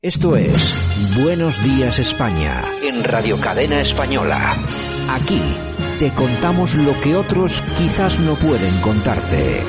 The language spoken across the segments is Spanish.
Esto es Buenos Días España, en Radio Cadena Española. Aquí te contamos lo que otros quizás no pueden contarte.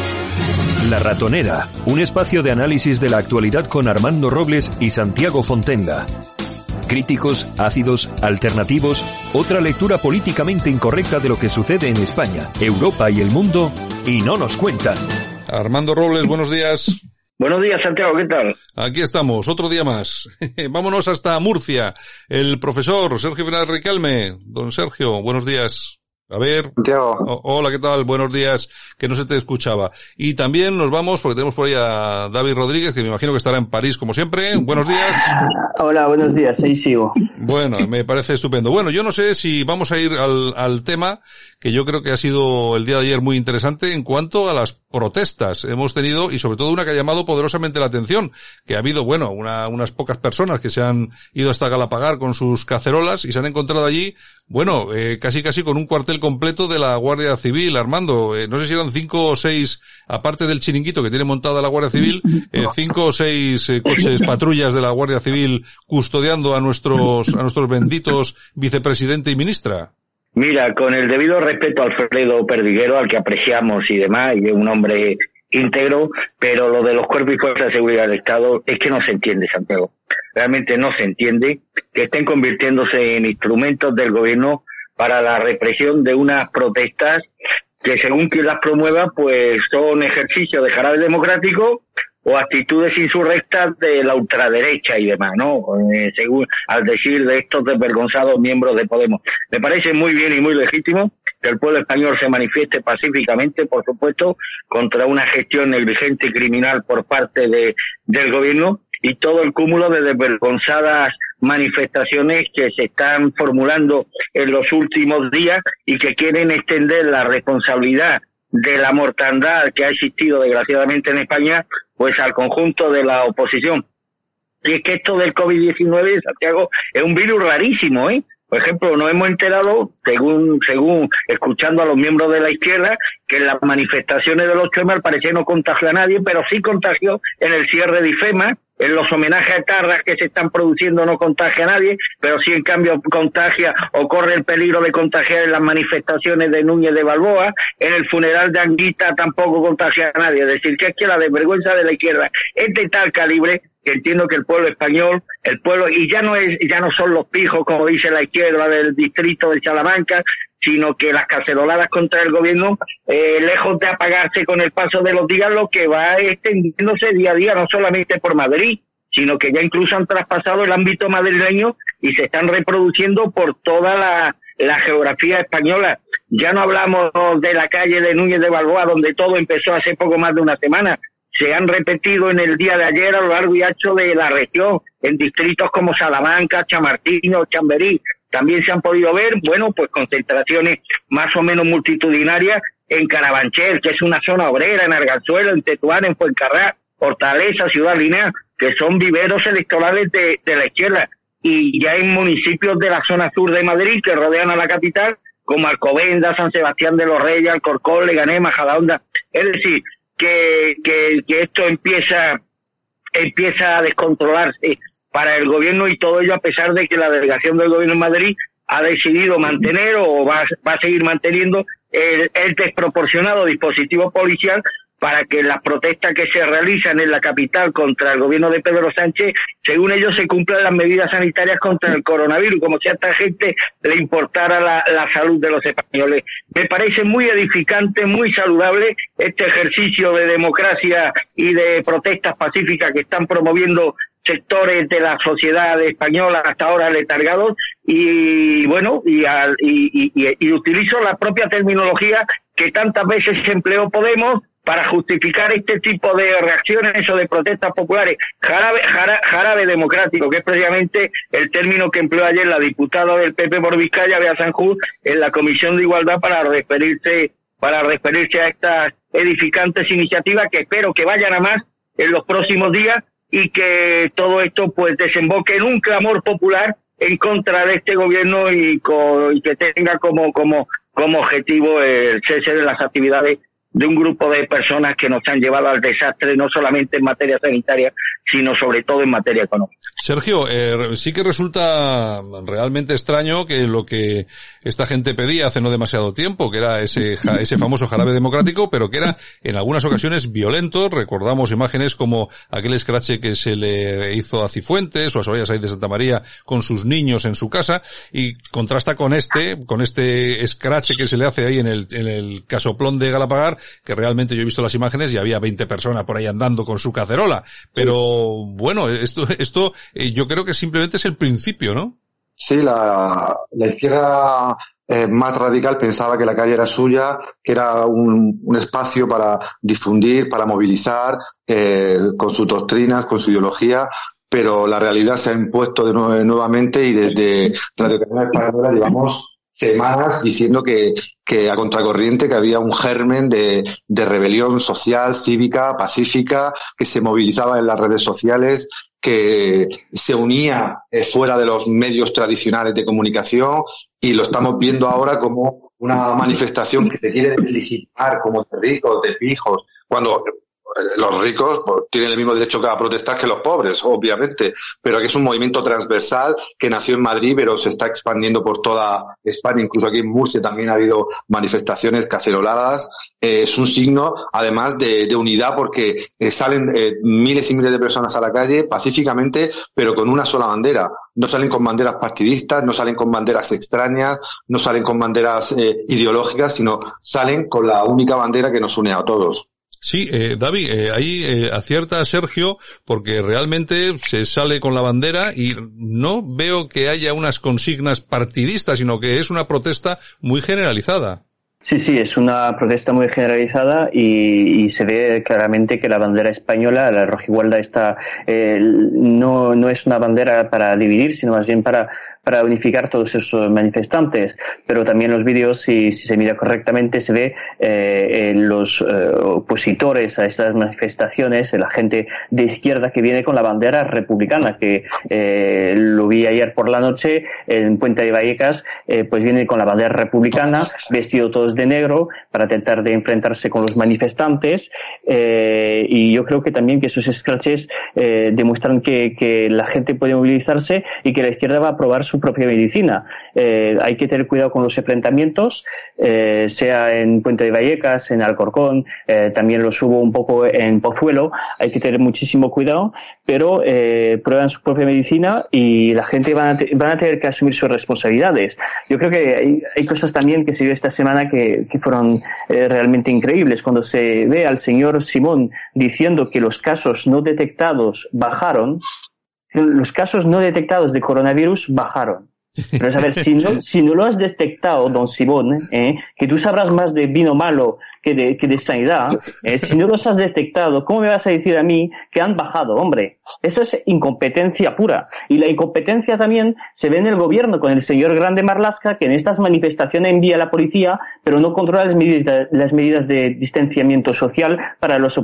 La Ratonera, un espacio de análisis de la actualidad con Armando Robles y Santiago Fontenga. Críticos, ácidos, alternativos, otra lectura políticamente incorrecta de lo que sucede en España, Europa y el mundo, y no nos cuentan. Armando Robles, buenos días. Buenos días, Santiago, ¿qué tal? Aquí estamos, otro día más. Vámonos hasta Murcia. El profesor Sergio Fernández Riquelme. Don Sergio, buenos días. A ver. Santiago. Hola, ¿qué tal? Buenos días, que no se te escuchaba. Y también nos vamos, porque tenemos por ahí a David Rodríguez, que me imagino que estará en París como siempre. Buenos días. Hola, buenos días, ahí sigo. Bueno, me parece estupendo. Bueno, yo no sé si vamos a ir al tema, que yo creo que ha sido el día de ayer muy interesante en cuanto a las protestas. Hemos tenido, y sobre todo una que ha llamado poderosamente la atención, que ha habido, bueno, unas pocas personas que se han ido hasta Galapagar con sus cacerolas y se han encontrado allí, bueno, casi con un cuartel completo de la Guardia Civil. Armando, no sé si eran 5 o 6, aparte del chiringuito que tiene montada la Guardia Civil, 5 o 6 coches patrullas de la Guardia Civil custodiando a nuestros benditos vicepresidente y ministra. Mira, con el debido respeto a Alfredo Perdiguero, al que apreciamos y demás, y es un hombre íntegro, pero lo de los cuerpos y fuerzas de seguridad del Estado es que no se entiende, Santiago. Realmente no se entiende que estén convirtiéndose en instrumentos del gobierno para la represión de unas protestas que, según quien las promueva, pues son ejercicios de jarabe democrático o actitudes insurrectas de la ultraderecha y demás, ¿no? Según al decir de estos desvergonzados miembros de Podemos. Me parece muy bien y muy legítimo que el pueblo español se manifieste pacíficamente, por supuesto, contra una gestión negligente y criminal por parte del gobierno y todo el cúmulo de desvergonzadas manifestaciones que se están formulando en los últimos días y que quieren extender la responsabilidad de la mortandad que ha existido desgraciadamente en España, pues al conjunto de la oposición. Y es que esto del COVID-19, Santiago, es un virus rarísimo, ¿eh? Por ejemplo, nos hemos enterado, según escuchando a los miembros de la izquierda, que en las manifestaciones del 8M al parecer no contagió a nadie, pero sí contagió en el cierre de IFEMA, en los homenajes a etarras que se están produciendo no contagia a nadie, pero sí en cambio contagia o corre el peligro de contagiar en las manifestaciones de Núñez de Balboa, en el funeral de Anguita tampoco contagia a nadie. Es decir, que es que la desvergüenza de la izquierda es de tal calibre que entiendo que el pueblo español, y ya no son los pijos, como dice la izquierda del distrito de Salamanca, sino que las caceroladas contra el gobierno, lejos de apagarse con el paso de los días, lo que va extendiéndose día a día, no solamente por Madrid, sino que ya incluso han traspasado el ámbito madrileño y se están reproduciendo por toda la geografía española. Ya no hablamos de la calle de Núñez de Balboa, donde todo empezó hace poco más de una semana. Se han repetido en el día de ayer a lo largo y ancho de la región, en distritos como Salamanca, Chamartín o Chamberí. También se han podido ver, bueno, pues concentraciones más o menos multitudinarias en Carabanchel, que es una zona obrera, en Arganzuelo, en Tetuán, en Fuencarrás, Hortaleza, Ciudad Lineal, que son viveros electorales de la izquierda. Y ya en municipios de la zona sur de Madrid, que rodean a la capital, como Alcobendas, San Sebastián de los Reyes, Alcorcón, Leganés, Majadahonda. Es decir, que esto empieza a descontrolarse para el gobierno, y todo ello a pesar de que la delegación del gobierno en Madrid ha decidido mantener o va a seguir manteniendo el desproporcionado dispositivo policial para que las protestas que se realizan en la capital contra el gobierno de Pedro Sánchez, según ellos, se cumplan las medidas sanitarias contra el coronavirus, como si a esta gente le importara la salud de los españoles. Me parece muy edificante, muy saludable este ejercicio de democracia y de protestas pacíficas que están promoviendo sectores de la sociedad española hasta ahora letargados, y bueno, y utilizo la propia terminología que tantas veces empleó Podemos para justificar este tipo de reacciones o de protestas populares, jarabe democrático, que es precisamente el término que empleó ayer la diputada del PP por Vizcaya, Bea Sanjurj, en la Comisión de Igualdad para referirse a estas edificantes iniciativas, que espero que vayan a más en los próximos días y que todo esto pues desemboque en un clamor popular en contra de este gobierno y que tenga como objetivo el cese de las actividades de un grupo de personas que nos han llevado al desastre, no solamente en materia sanitaria, sino sobre todo en materia económica. Sergio, sí que resulta realmente extraño que lo que esta gente pedía hace no demasiado tiempo, que era ese famoso jarabe democrático, pero que era en algunas ocasiones violento. Recordamos imágenes como aquel escrache que se le hizo a Cifuentes o a Soraya Sáenz de Santa María con sus niños en su casa, y contrasta con este escrache que se le hace ahí en el casoplón de Galapagar, que realmente yo he visto las imágenes y había 20 personas por ahí andando con su cacerola. Pero bueno, esto yo creo que simplemente es el principio, ¿no? Sí, la izquierda más radical pensaba que la calle era suya, que era un espacio para difundir, para movilizar, con sus doctrinas, con su ideología, pero la realidad se ha impuesto nuevamente, y desde Radio Cadena Española llevamos semanas diciendo que a contracorriente, que había un germen de rebelión social, cívica, pacífica, que se movilizaba en las redes sociales, que se unía fuera de los medios tradicionales de comunicación, y lo estamos viendo ahora como una manifestación que se quiere legitimar como de ricos, de pijos, cuando los ricos pues, tienen el mismo derecho a protestar que los pobres, obviamente, pero que es un movimiento transversal que nació en Madrid, pero se está expandiendo por toda España. Incluso aquí en Murcia también ha habido manifestaciones caceroladas. Es un signo, además, de unidad, porque salen miles y miles de personas a la calle pacíficamente, pero con una sola bandera. No salen con banderas partidistas, no salen con banderas extrañas, no salen con banderas ideológicas, sino salen con la única bandera que nos une a todos. Sí, David, ahí acierta Sergio, porque realmente se sale con la bandera y no veo que haya unas consignas partidistas, sino que es una protesta muy generalizada. Sí, es una protesta muy generalizada y se ve claramente que la bandera española, la rojigualda, no es una bandera para dividir, sino más bien para unificar todos esos manifestantes. Pero también los vídeos, si se mira correctamente, se ve los opositores a estas manifestaciones, la gente de izquierda que viene con la bandera republicana, que lo vi ayer por la noche en Puente de Vallecas, pues viene con la bandera republicana, vestido todos de negro para tratar de enfrentarse con los manifestantes, y yo creo que también que esos scratches demuestran que la gente puede movilizarse y que la izquierda va a probar su propia medicina. Hay que tener cuidado con los enfrentamientos, sea en Puente de Vallecas, en Alcorcón, también los hubo un poco en Pozuelo. Hay que tener muchísimo cuidado, pero prueban su propia medicina y la gente van a tener que asumir sus responsabilidades. Yo creo que hay cosas también que se vio esta semana que fueron realmente increíbles. Cuando se ve al señor Simón diciendo que los casos no detectados bajaron, los casos no detectados de coronavirus bajaron. Pero es a ver, si no lo has detectado, don Simón, que tú sabrás más de vino malo que de sanidad, si no los has detectado, ¿cómo me vas a decir a mí que han bajado, hombre? Eso es incompetencia pura. Y la incompetencia también se ve en el gobierno, con el señor Grande Marlaska, que en estas manifestaciones envía a la policía, pero no controla las medidas de distanciamiento social para los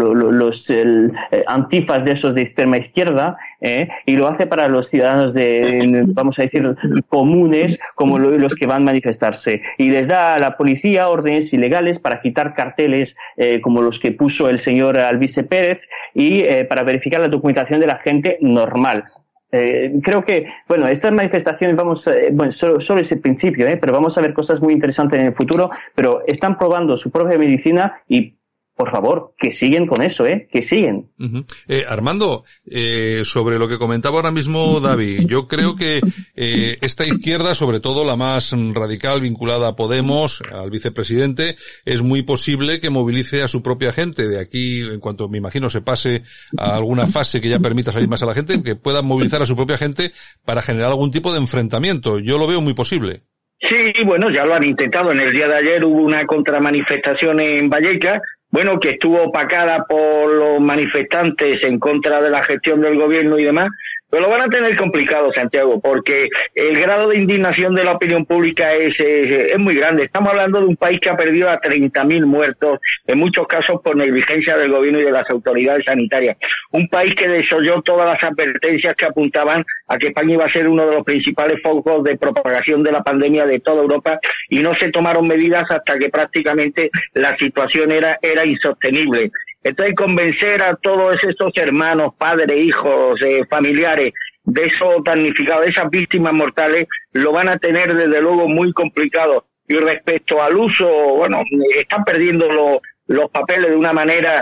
antifas de esos de extrema izquierda, y lo hace para los ciudadanos vamos a decir, comunes, como los que van a manifestarse. Y les da a la policía órdenes ilegales para quitar carteles como los que puso el señor Alvise Pérez, y para verificar la documentación de la gente normal. Creo que, estas manifestaciones solo es el principio, pero vamos a ver cosas muy interesantes en el futuro, pero están probando su propia medicina y, por favor, que siguen con eso, que siguen. Uh-huh. Armando, sobre lo que comentaba ahora mismo David, yo creo que esta izquierda, sobre todo la más radical vinculada a Podemos, al vicepresidente, es muy posible que movilice a su propia gente. De aquí, en cuanto me imagino se pase a alguna fase que ya permita salir más a la gente, que puedan movilizar a su propia gente para generar algún tipo de enfrentamiento. Yo lo veo muy posible. Sí, ya lo han intentado. En el día de ayer hubo una contramanifestación en Vallecas, que estuvo opacada por los manifestantes en contra de la gestión del gobierno y demás, Pero lo van a tener complicado, Santiago, porque el grado de indignación de la opinión pública es muy grande. Estamos hablando de un país que ha perdido a 30.000 muertos, en muchos casos por negligencia del gobierno y de las autoridades sanitarias. Un país que desoyó todas las advertencias que apuntaban a que España iba a ser uno de los principales focos de propagación de la pandemia de toda Europa, y no se tomaron medidas hasta que prácticamente la situación era insostenible. Entonces, convencer a todos esos hermanos, padres, hijos, familiares de esos damnificados, de esas víctimas mortales, lo van a tener desde luego muy complicado. Y respecto al uso, bueno, están perdiendo los papeles de una manera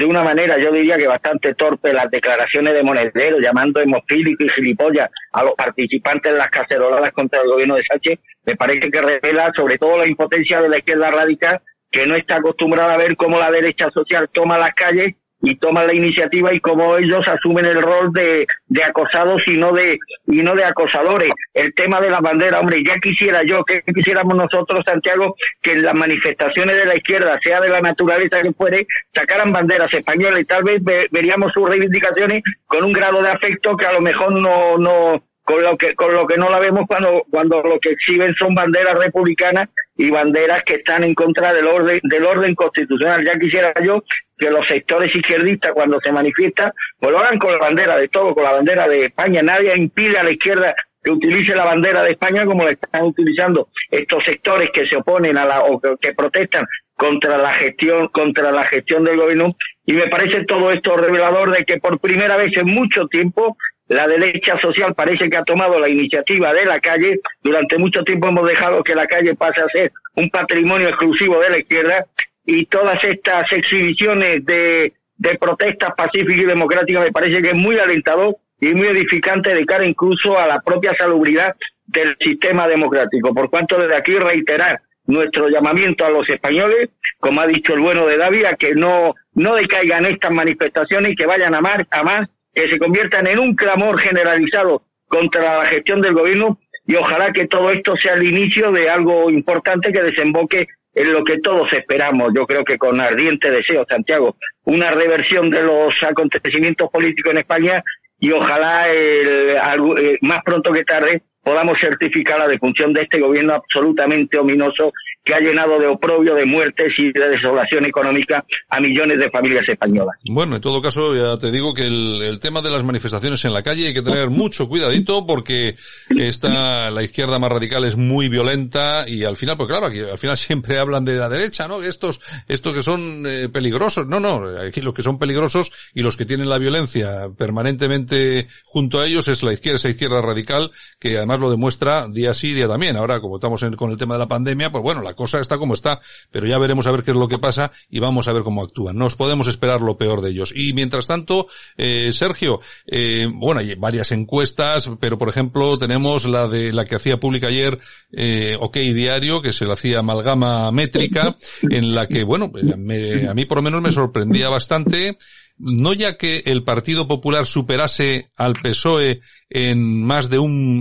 yo diría que bastante torpe, las declaraciones de Monedero, llamando hemofílico y gilipollas a los participantes en las caceroladas contra el gobierno de Sánchez. Me parece que revela sobre todo la impotencia de la izquierda radical, que no está acostumbrada a ver cómo la derecha social toma las calles y toma la iniciativa, y cómo ellos asumen el rol de acosados y no de acosadores. El tema de las banderas, hombre, ya quisiera yo, que quisiéramos nosotros, Santiago, que en las manifestaciones de la izquierda, sea de la naturaleza que fuere, sacaran banderas españolas, y tal vez veríamos sus reivindicaciones con un grado de afecto que a lo mejor no con lo que no la vemos cuando lo que exhiben son banderas republicanas y banderas que están en contra del orden constitucional. Ya quisiera yo que los sectores izquierdistas, cuando se manifiestan, pues lo hagan con la bandera de todo, con la bandera de España. Nadie impide a la izquierda que utilice la bandera de España como la están utilizando estos sectores que se oponen o que protestan contra la gestión del gobierno. Y me parece todo esto revelador de que por primera vez en mucho tiempo la derecha social parece que ha tomado la iniciativa de la calle. Durante mucho tiempo hemos dejado que la calle pase a ser un patrimonio exclusivo de la izquierda, y todas estas exhibiciones de protestas pacíficas y democráticas me parece que es muy alentador y muy edificante de cara incluso a la propia salubridad del sistema democrático. Por cuanto desde aquí reiterar nuestro llamamiento a los españoles, como ha dicho el bueno de David, a que no decaigan estas manifestaciones y que vayan a más, que se conviertan en un clamor generalizado contra la gestión del gobierno, y ojalá que todo esto sea el inicio de algo importante que desemboque en lo que todos esperamos. Yo creo que con ardiente deseo, Santiago, una reversión de los acontecimientos políticos en España, y ojalá más pronto que tarde podamos certificar la defunción de este gobierno absolutamente ominoso que ha llenado de oprobio, de muertes y de desolación económica a millones de familias españolas. Bueno, en todo caso, ya te digo que el tema de las manifestaciones en la calle hay que tener mucho cuidadito, porque la izquierda más radical es muy violenta, y al final, pues claro, aquí al final siempre hablan de la derecha, ¿no? Estos que son peligrosos. No, aquí los que son peligrosos y los que tienen la violencia permanentemente junto a ellos es esa izquierda radical, que además lo demuestra día sí, día también. Ahora, como estamos con el tema de la pandemia, pues bueno, la cosa está como está, pero ya veremos a ver qué es lo que pasa y vamos a ver cómo actúan. Nos podemos esperar lo peor de ellos. Y mientras tanto, Sergio, bueno, hay varias encuestas, pero por ejemplo tenemos la que hacía pública ayer OK Diario, que se le hacía amalgama métrica, en la que, bueno, a mí por lo menos me sorprendía bastante, no ya que el Partido Popular superase al PSOE en más de un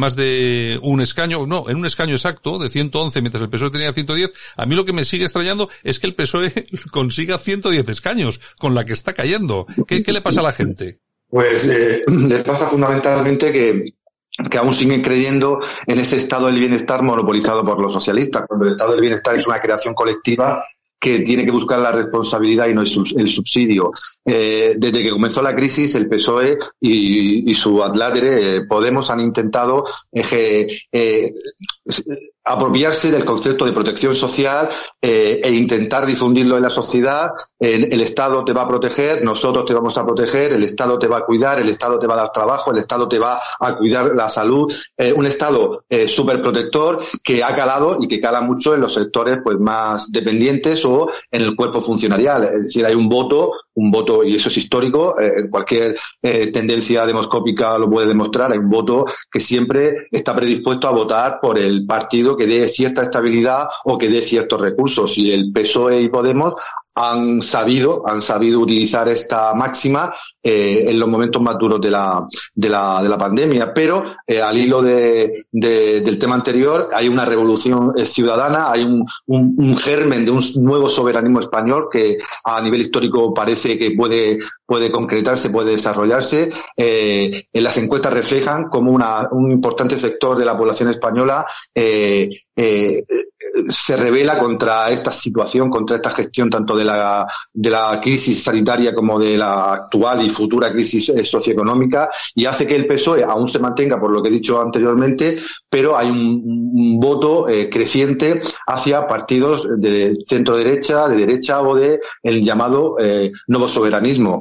escaño, no, en un escaño exacto de 111, mientras el PSOE tenía 110. A mí lo que me sigue extrañando es que el PSOE consiga 110 escaños con la que está cayendo. ¿Qué le pasa a la gente? Pues le pasa fundamentalmente que aún siguen creyendo en ese estado del bienestar monopolizado por los socialistas, cuando el estado del bienestar es una creación colectiva que tiene que buscar la responsabilidad y no el subsidio. Desde que comenzó la crisis, el PSOE y su adlátere, Podemos, han intentado apropiarse del concepto de protección social e intentar difundirlo en la sociedad. El Estado te va a proteger, nosotros te vamos a proteger, el Estado te va a cuidar, el Estado te va a dar trabajo, el Estado te va a cuidar la salud. Un Estado súper protector que ha calado y que cala mucho en los sectores pues más dependientes o en el cuerpo funcionarial. Es decir, hay un voto, y eso es histórico, cualquier tendencia demoscópica lo puede demostrar, hay un voto que siempre está predispuesto a votar por el partido que dé cierta estabilidad o que dé ciertos recursos, y el PSOE y Podemos han sabido utilizar esta máxima en los momentos más duros de la pandemia, pero al hilo del tema anterior hay una revolución ciudadana, hay un germen de un nuevo soberanismo español que a nivel histórico parece que puede puede concretarse, puede desarrollarse. En las encuestas reflejan como un importante sector de la población española se rebela contra esta situación, contra esta gestión tanto de la crisis sanitaria como de la actual y futura crisis socioeconómica, y hace que el PSOE aún se mantenga, por lo que he dicho anteriormente, pero hay un voto creciente hacia partidos de centro derecha, de derecha o de el llamado nuevo soberanismo.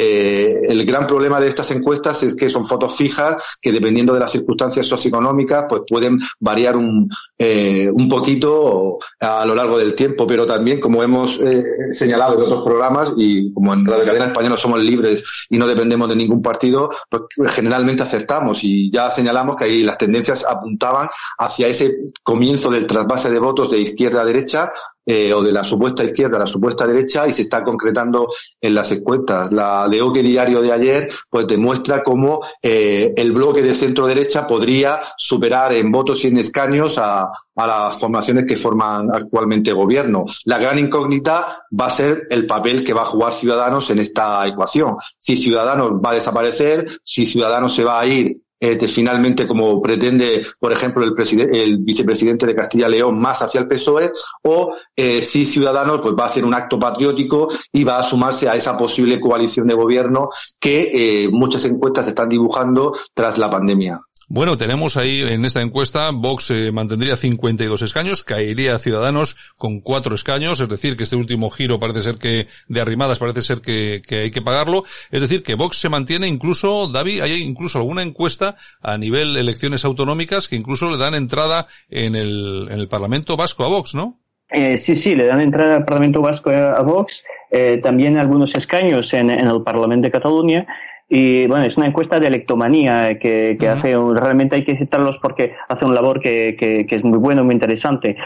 El gran problema de estas encuestas es que son fotos fijas que, dependiendo de las circunstancias socioeconómicas, pues pueden variar un poquito a lo largo del tiempo, pero también, como hemos señalado en otros programas, y como en Radio Cadena Española somos libres y no dependemos de ningún partido, pues generalmente acertamos, y ya señalamos que ahí las tendencias apuntaban hacia ese comienzo del trasvase de votos de izquierda a derecha, o de la supuesta izquierda a la supuesta derecha, y se está concretando en las encuestas. La de Oque Diario de ayer pues demuestra cómo el bloque de centro derecha podría superar en votos y en escaños a las formaciones que forman actualmente gobierno. La gran incógnita va a ser el papel que va a jugar Ciudadanos en esta ecuación. Si Ciudadanos va a desaparecer, si Ciudadanos se va a ir finalmente, como pretende, por ejemplo, el vicepresidente de Castilla y León, más hacia el PSOE, o si Ciudadanos pues va a hacer un acto patriótico y va a sumarse a esa posible coalición de gobierno que muchas encuestas están dibujando tras la pandemia. Bueno, tenemos ahí en esta encuesta, Vox mantendría 52 escaños, caería Ciudadanos con 4 escaños, es decir, que este último giro parece ser que, de Arrimadas, parece ser que hay que pagarlo, es decir, que Vox se mantiene. Incluso, David, hay incluso alguna encuesta a nivel elecciones autonómicas que incluso le dan entrada en el Parlamento Vasco a Vox, ¿no? Sí, le dan entrada al Parlamento Vasco a Vox, también algunos escaños en el Parlamento de Cataluña. Y bueno, es una encuesta de electomanía que hace, realmente hay que citarlos porque hace un labor que es muy bueno, muy interesante.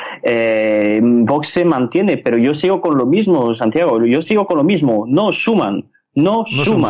Vox se mantiene, pero yo sigo con lo mismo, Santiago, no suman. No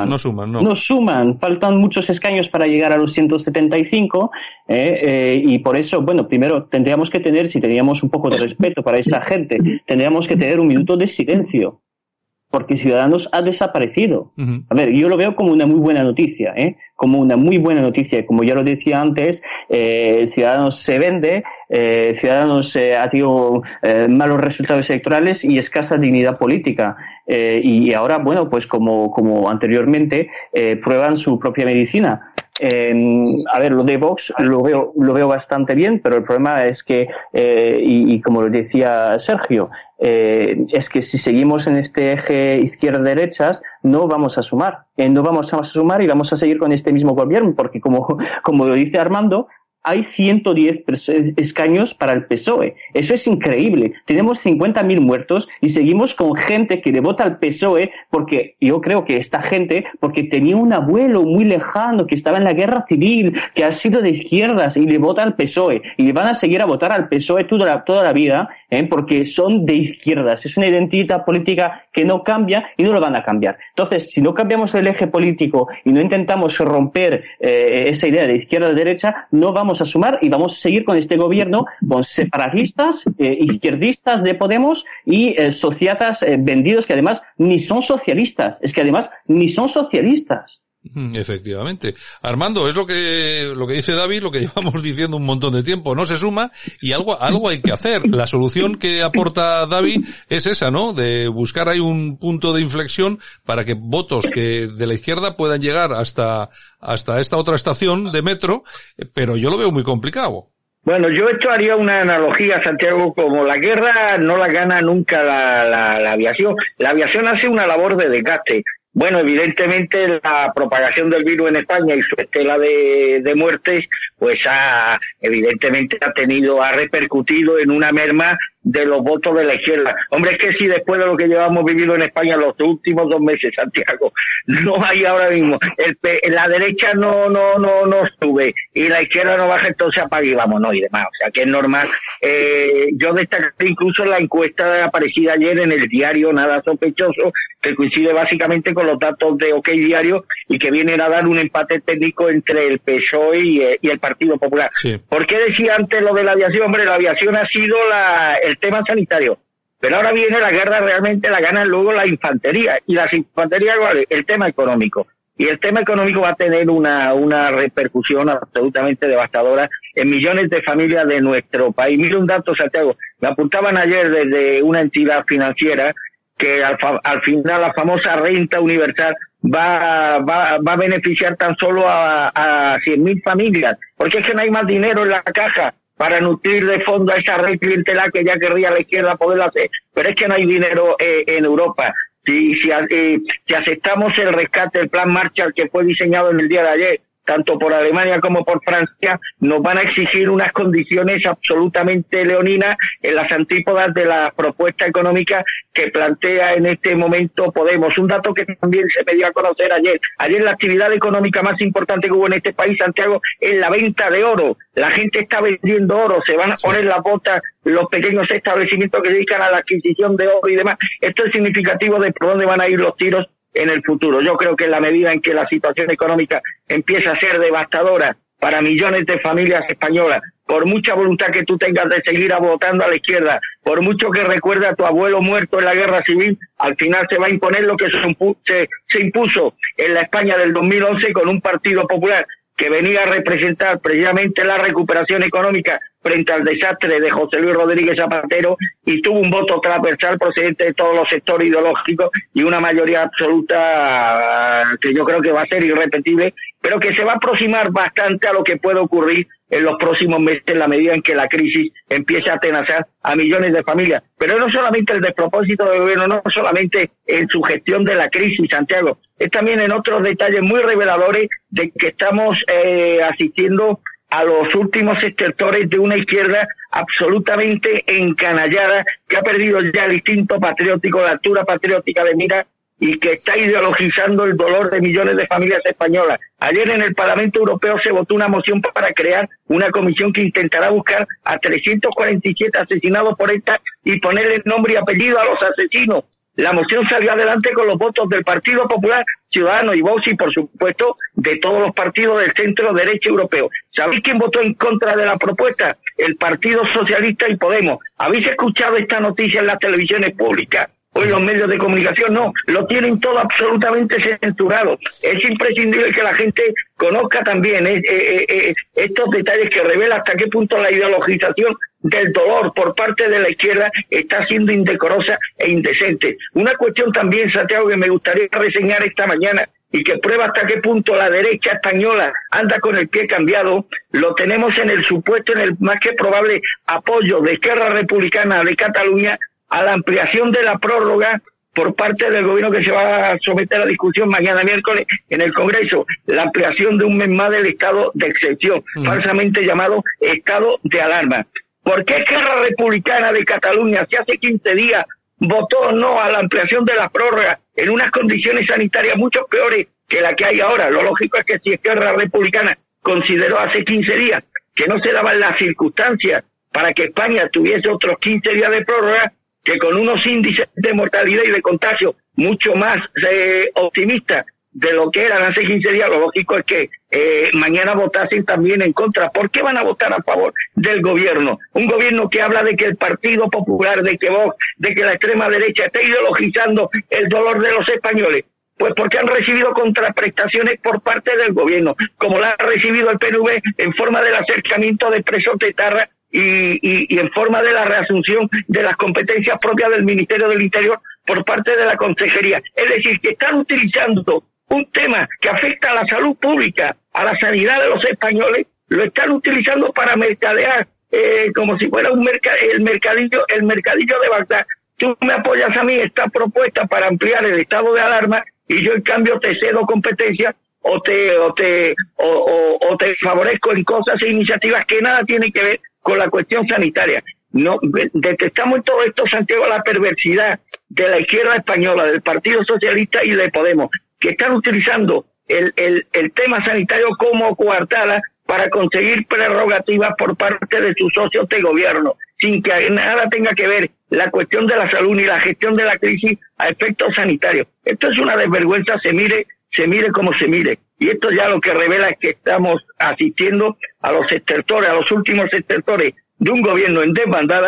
suman. Faltan muchos escaños para llegar a los 175, y por eso, bueno, primero tendríamos que tener, si teníamos un poco de respeto para esa gente, tendríamos que tener un minuto de silencio, porque Ciudadanos ha desaparecido. A ver, yo lo veo como una muy buena noticia, como una muy buena noticia. Como ya lo decía antes, Ciudadanos se vende, Ciudadanos ha tenido malos resultados electorales y escasa dignidad política. Y ahora, bueno, pues como anteriormente, prueban su propia medicina. A ver, lo de Vox lo veo bastante bien, pero el problema es que, y como lo decía Sergio, es que si seguimos en este eje izquierda-derechas, no vamos a sumar. No vamos a sumar y vamos a seguir con este mismo gobierno, porque como lo dice Armando, hay 110 escaños para el PSOE. Eso es increíble. Tenemos 50.000 muertos y seguimos con gente que le vota al PSOE, porque yo creo que esta gente, porque tenía un abuelo muy lejano que estaba en la guerra civil, que ha sido de izquierdas y le vota al PSOE. Y le van a seguir a votar al PSOE toda la vida, porque son de izquierdas. Es una identidad política que no cambia y no lo van a cambiar. Entonces, si no cambiamos el eje político y no intentamos romper esa idea de izquierda-derecha, no vamos a sumar y vamos a seguir con este gobierno con separatistas, izquierdistas de Podemos y sociatas vendidos que además ni son socialistas. Efectivamente. Armando, es lo que dice David, lo que llevamos diciendo un montón de tiempo, no se suma y algo hay que hacer. La solución que aporta David es esa, ¿no? De buscar ahí un punto de inflexión para que votos que de la izquierda puedan llegar hasta esta otra estación de metro, pero yo lo veo muy complicado. Bueno, yo esto haría una analogía, Santiago, como la guerra no la gana nunca la aviación. La aviación hace una labor de desgaste. Bueno, evidentemente la propagación del virus en España y su estela de muertes, pues ha repercutido en una merma de los votos de la izquierda. Hombre, es que si después de lo que llevamos vivido en España los últimos 2 meses, Santiago, no hay ahora mismo, la derecha no sube y la izquierda no baja, entonces apague y vámonos y demás. O sea, que es normal. Yo destaqué incluso la encuesta aparecida ayer en el diario Nada Sospechoso, que coincide básicamente con los datos de OK Diario y que vienen a dar un empate técnico entre el PSOE y el Partido Popular. Sí. ¿Por qué decía antes lo de la aviación? Hombre, la aviación ha sido el tema sanitario. Pero ahora viene la guerra, realmente la gana luego la infantería. Y las infanterías, el tema económico. Y el tema económico va a tener una repercusión absolutamente devastadora en millones de familias de nuestro país. Mira un dato, Santiago. Me apuntaban ayer desde una entidad financiera que al final la famosa renta universal va a beneficiar tan solo a 100.000 familias. Porque es que no hay más dinero en la caja para nutrir de fondo a esa red clientelar que ya querría la izquierda poder hacer. Pero es que no hay dinero en Europa. Si aceptamos el rescate, el plan Marshall que fue diseñado en el día de ayer, tanto por Alemania como por Francia, nos van a exigir unas condiciones absolutamente leoninas en las antípodas de la propuesta económica que plantea en este momento Podemos. Un dato que también se me dio a conocer ayer. Ayer la actividad económica más importante que hubo en este país, Santiago, es la venta de oro. La gente está vendiendo oro, se van a poner las botas los pequeños establecimientos que se dedican a la adquisición de oro y demás. Esto es significativo de por dónde van a ir los tiros en el futuro. Yo creo que en la medida en que la situación económica empieza a ser devastadora para millones de familias españolas, por mucha voluntad que tú tengas de seguir votando a la izquierda, por mucho que recuerde a tu abuelo muerto en la guerra civil, al final se va a imponer lo que se impuso en la España del 2011 con un Partido Popular que venía a representar precisamente la recuperación económica frente al desastre de José Luis Rodríguez Zapatero, y tuvo un voto transversal procedente de todos los sectores ideológicos y una mayoría absoluta que yo creo que va a ser irrepetible, pero que se va a aproximar bastante a lo que puede ocurrir en los próximos meses en la medida en que la crisis empiece a atenazar a millones de familias. Pero no solamente el despropósito del gobierno, no solamente en su gestión de la crisis, Santiago, es también en otros detalles muy reveladores de que estamos asistiendo a los últimos estertores de una izquierda absolutamente encanallada, que ha perdido ya el instinto patriótico, la altura patriótica de mira, y que está ideologizando el dolor de millones de familias españolas. Ayer en el Parlamento Europeo se votó una moción para crear una comisión que intentará buscar a 347 asesinados por ETA y ponerle nombre y apellido a los asesinos. La moción salió adelante con los votos del Partido Popular, Ciudadanos y Vox, y por supuesto de todos los partidos del centro derecha europeo. ¿Sabéis quién votó en contra de la propuesta? El Partido Socialista y Podemos. ¿Habéis escuchado esta noticia en las televisiones públicas o en los medios de comunicación? No, lo tienen todo absolutamente censurado. Es imprescindible que la gente conozca también estos detalles que revelan hasta qué punto la ideologización del dolor por parte de la izquierda está siendo indecorosa e indecente. Una cuestión también, Santiago, que me gustaría reseñar esta mañana y que prueba hasta qué punto la derecha española anda con el pie cambiado, lo tenemos en el supuesto, en el más que probable apoyo de Esquerra Republicana de Cataluña a la ampliación de la prórroga por parte del gobierno que se va a someter a discusión mañana miércoles en el Congreso, la ampliación de un mes más del estado de excepción, falsamente llamado estado de alarma. ¿Por qué Esquerra Republicana de Cataluña, si hace 15 días votó no a la ampliación de la prórroga en unas condiciones sanitarias mucho peores que la que hay ahora? Lo lógico es que si Esquerra Republicana consideró hace 15 días que no se daban las circunstancias para que España tuviese otros 15 días de prórroga, que con unos índices de mortalidad y de contagio mucho más optimistas de lo que eran hace 15 días, lo lógico es que mañana votasen también en contra. ¿Por qué van a votar a favor del gobierno? Un gobierno que habla de que el Partido Popular, de que Vox, de que la extrema derecha está ideologizando el dolor de los españoles. Pues porque han recibido contraprestaciones por parte del gobierno, como la ha recibido el PNV en forma del acercamiento de presos de etarra y en forma de la reasunción de las competencias propias del Ministerio del Interior por parte de la Consejería. Es decir, que están utilizando un tema que afecta a la salud pública, a la sanidad de los españoles, lo están utilizando para mercadear, como si fuera el mercadillo de Bagdad. Tú me apoyas a mí esta propuesta para ampliar el estado de alarma y yo en cambio te cedo competencia o te favorezco en cosas e iniciativas que nada tienen que ver con la cuestión sanitaria. No, detectamos en todo esto, Santiago, la perversidad de la izquierda española, del Partido Socialista y de Podemos, que están utilizando el tema sanitario como coartada para conseguir prerrogativas por parte de sus socios de gobierno, sin que nada tenga que ver la cuestión de la salud ni la gestión de la crisis a efectos sanitarios. Esto es una desvergüenza, se mire como se mire. Y esto ya lo que revela es que estamos asistiendo a los estertores, a los últimos estertores de un gobierno en desbandada,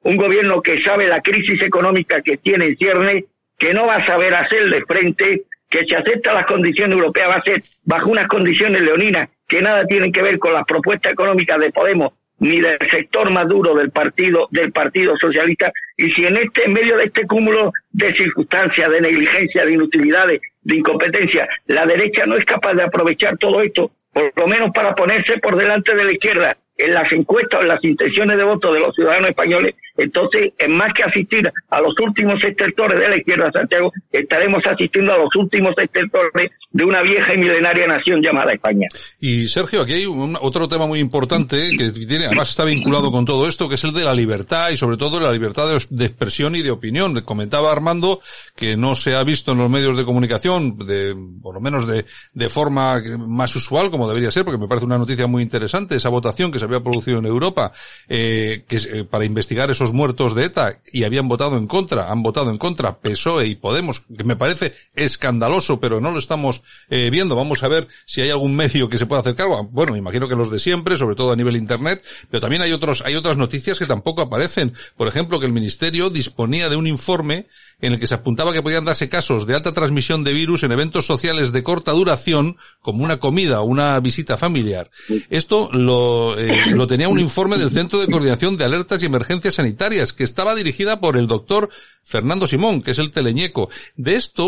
un gobierno que sabe la crisis económica que tiene en cierne, que no va a saber hacerle frente, que si acepta las condiciones europeas va a ser bajo unas condiciones leoninas que nada tienen que ver con las propuestas económicas de Podemos ni del sector más duro del Partido Socialista. Y si en medio de este cúmulo de circunstancias, de negligencia, de inutilidades, de incompetencia, la derecha no es capaz de aprovechar todo esto, por lo menos para ponerse por delante de la izquierda en las encuestas o en las intenciones de voto de los ciudadanos españoles, entonces, en más que asistir a los últimos estertores de la izquierda, Santiago, estaremos asistiendo a los últimos estertores de una vieja y milenaria nación llamada España. Y Sergio, aquí hay otro tema muy importante que tiene, además está vinculado con todo esto, que es el de la libertad y sobre todo la libertad de expresión y de opinión. Comentaba Armando que no se ha visto en los medios de comunicación, por lo menos de forma más usual, como debería ser, porque me parece una noticia muy interesante, esa votación que se había producido en Europa, para investigar esos muertos de ETA, y han votado en contra PSOE y Podemos, que me parece escandaloso, pero no lo estamos viendo. Vamos a ver si hay algún medio que se pueda hacer cargo. Bueno, me imagino que los de siempre, sobre todo a nivel internet, pero también hay otras noticias que tampoco aparecen. Por ejemplo, que el Ministerio disponía de un informe en el que se apuntaba que podían darse casos de alta transmisión de virus en eventos sociales de corta duración, como una comida o una visita familiar. Esto lo tenía un informe del Centro de Coordinación de Alertas y Emergencias Sanitarias, que estaba dirigida por el doctor Fernando Simón, que es el teleñeco. De esto,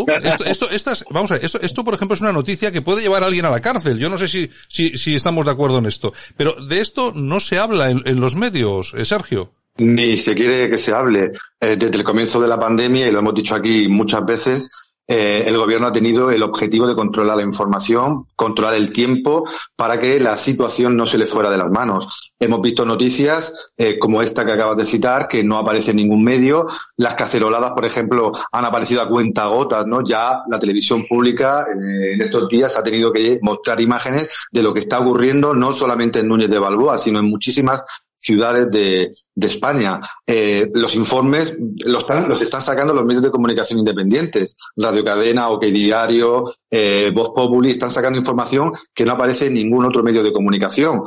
por ejemplo, es una noticia que puede llevar a alguien a la cárcel. Yo no sé si estamos de acuerdo en esto. Pero de esto no se habla en los medios, Sergio. Ni se quiere que se hable. Desde el comienzo de la pandemia, y lo hemos dicho aquí muchas veces, el gobierno ha tenido el objetivo de controlar la información, controlar el tiempo, para que la situación no se le fuera de las manos. Hemos visto noticias como esta que acabas de citar, que no aparece en ningún medio. Las caceroladas, por ejemplo, han aparecido a cuentagotas, ¿no? Ya la televisión pública en estos días ha tenido que mostrar imágenes de lo que está ocurriendo, no solamente en Núñez de Balboa, sino en muchísimas ciudades de España. Los informes los están sacando los medios de comunicación independientes. Radio Cadena, OK Diario, Voz Populi, están sacando información que no aparece en ningún otro medio de comunicación,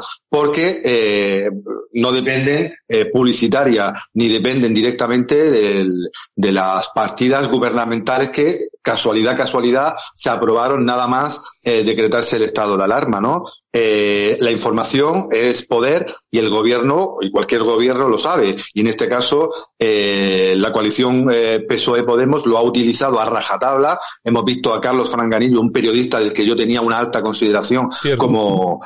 porque no dependen publicitaria ni dependen directamente de las partidas gubernamentales que, casualidad, se aprobaron nada más decretarse el estado de alarma, ¿no? La información es poder y el gobierno, y cualquier gobierno lo sabe, y en este caso la coalición PSOE-Podemos lo ha utilizado a rajatabla. Hemos visto a Carlos Franganillo, un periodista del que yo tenía una alta consideración, como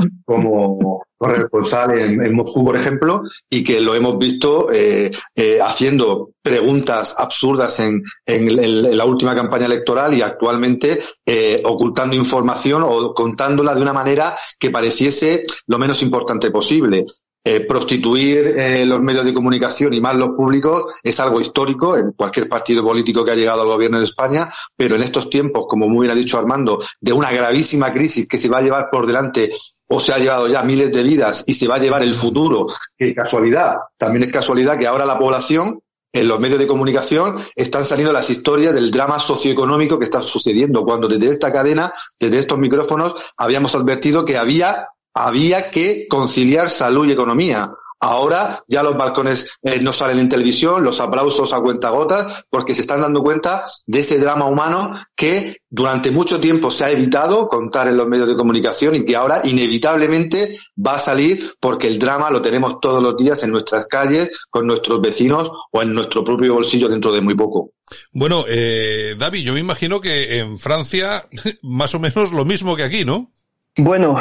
corresponsal en Moscú, por ejemplo, y que lo hemos visto haciendo preguntas absurdas en la última campaña electoral y actualmente ocultando información o contándola de una manera que pareciese lo menos importante posible. Prostituir los medios de comunicación y más los públicos es algo histórico en cualquier partido político que ha llegado al gobierno de España, pero en estos tiempos, como muy bien ha dicho Armando, de una gravísima crisis que se va a llevar por delante o se ha llevado ya miles de vidas y se va a llevar el futuro, que también es casualidad que ahora la población, en los medios de comunicación, están saliendo las historias del drama socioeconómico que está sucediendo, cuando desde esta cadena, desde estos micrófonos, habíamos advertido que había que conciliar salud y economía. Ahora ya los balcones no salen en televisión, los aplausos a cuentagotas, porque se están dando cuenta de ese drama humano que durante mucho tiempo se ha evitado contar en los medios de comunicación y que ahora inevitablemente va a salir, porque el drama lo tenemos todos los días en nuestras calles, con nuestros vecinos o en nuestro propio bolsillo dentro de muy poco. Bueno, David, yo me imagino que en Francia más o menos lo mismo que aquí, ¿no? Bueno,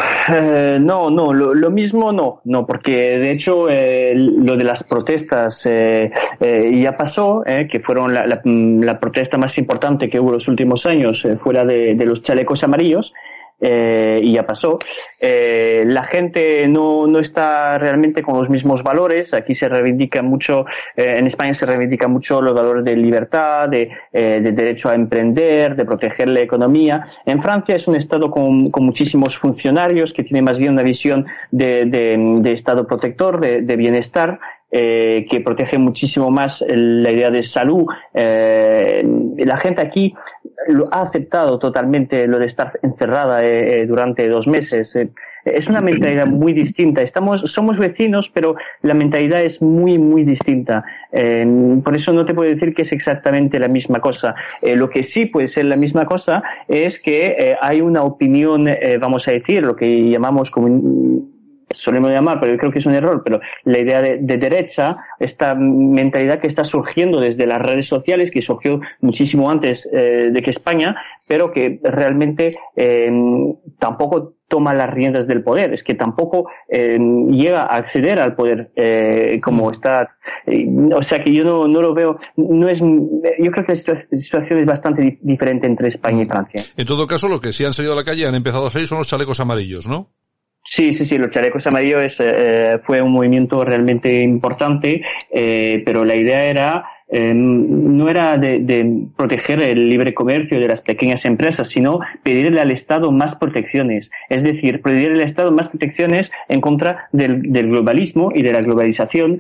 lo mismo no, porque de hecho lo de las protestas ya pasó, que fueron la protesta más importante que hubo los últimos años fuera de los chalecos amarillos. Y ya pasó. La gente no está realmente con los mismos valores. Aquí se reivindica mucho, en España se reivindica mucho los valores de libertad, de derecho a emprender, de proteger la economía. En Francia es un estado con muchísimos funcionarios que tiene más bien una visión de estado protector, de bienestar. Que protege muchísimo más la idea de salud. La gente aquí ha aceptado totalmente lo de estar encerrada durante 2 meses. es una mentalidad muy distinta. Somos vecinos, pero la mentalidad es muy, muy distinta. Por eso no te puedo decir que es exactamente la misma cosa. Lo que sí puede ser la misma cosa es que hay una opinión, vamos a decir, lo que llamamos solemos llamar, pero yo creo que es un error, pero la idea de derecha, esta mentalidad que está surgiendo desde las redes sociales, que surgió muchísimo antes de que España, pero que realmente tampoco toma las riendas del poder, es que tampoco llega a acceder al poder como está. O sea que yo no lo veo, yo creo que la situación es bastante diferente entre España y Francia. En todo caso, lo que sí han salido a la calle, han empezado a salir son los chalecos amarillos, ¿no? Sí, los chalecos amarillos fue un movimiento realmente importante, pero la idea era no era de proteger el libre comercio de las pequeñas empresas, sino pedirle al Estado más protecciones. Es decir, pedirle al Estado más protecciones en contra del globalismo y de la globalización.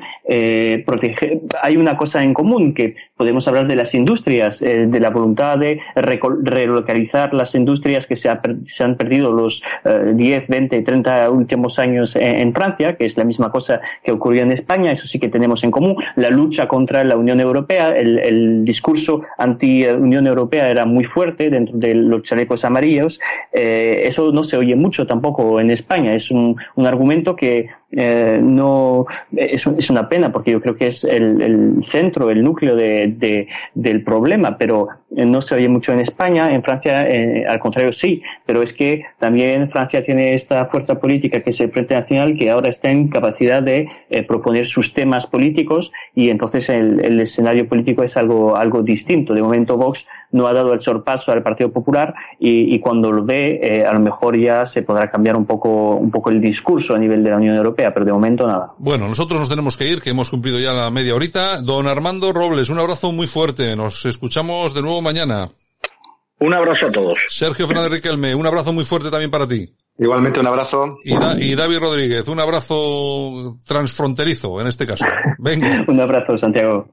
Hay una cosa en común, que podemos hablar de las industrias, de la voluntad de relocalizar las industrias que se han perdido los 10, 20, 30 últimos años en Francia, que es la misma cosa que ocurrió en España. Eso sí que tenemos en común. La lucha contra la Unión Europea, el discurso anti-Unión Europea era muy fuerte dentro de los chalecos amarillos. Eso no se oye mucho tampoco en España. Es un argumento que no es una pena, porque yo creo que es el centro, el núcleo del problema, pero no se oye mucho en España. En Francia, al contrario, sí, pero es que también Francia tiene esta fuerza política que es el Frente Nacional, que ahora está en capacidad de proponer sus temas políticos, y entonces el escenario político es algo distinto. De momento Vox no ha dado el sorpaso al Partido Popular, y cuando lo dé, a lo mejor ya se podrá cambiar un poco el discurso a nivel de la Unión Europea, pero de momento nada. Bueno, nosotros nos tenemos que ir, que hemos cumplido ya la media horita. Don Armando Robles, un abrazo muy fuerte. Nos escuchamos de nuevo mañana. Un abrazo a todos. Sergio Fernández Riquelme, un abrazo muy fuerte también para ti. Igualmente un abrazo. Y David Rodríguez, un abrazo transfronterizo en este caso. Venga. Un abrazo, Santiago.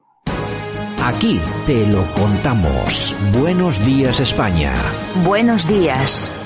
Aquí te lo contamos. Buenos días, España. Buenos días.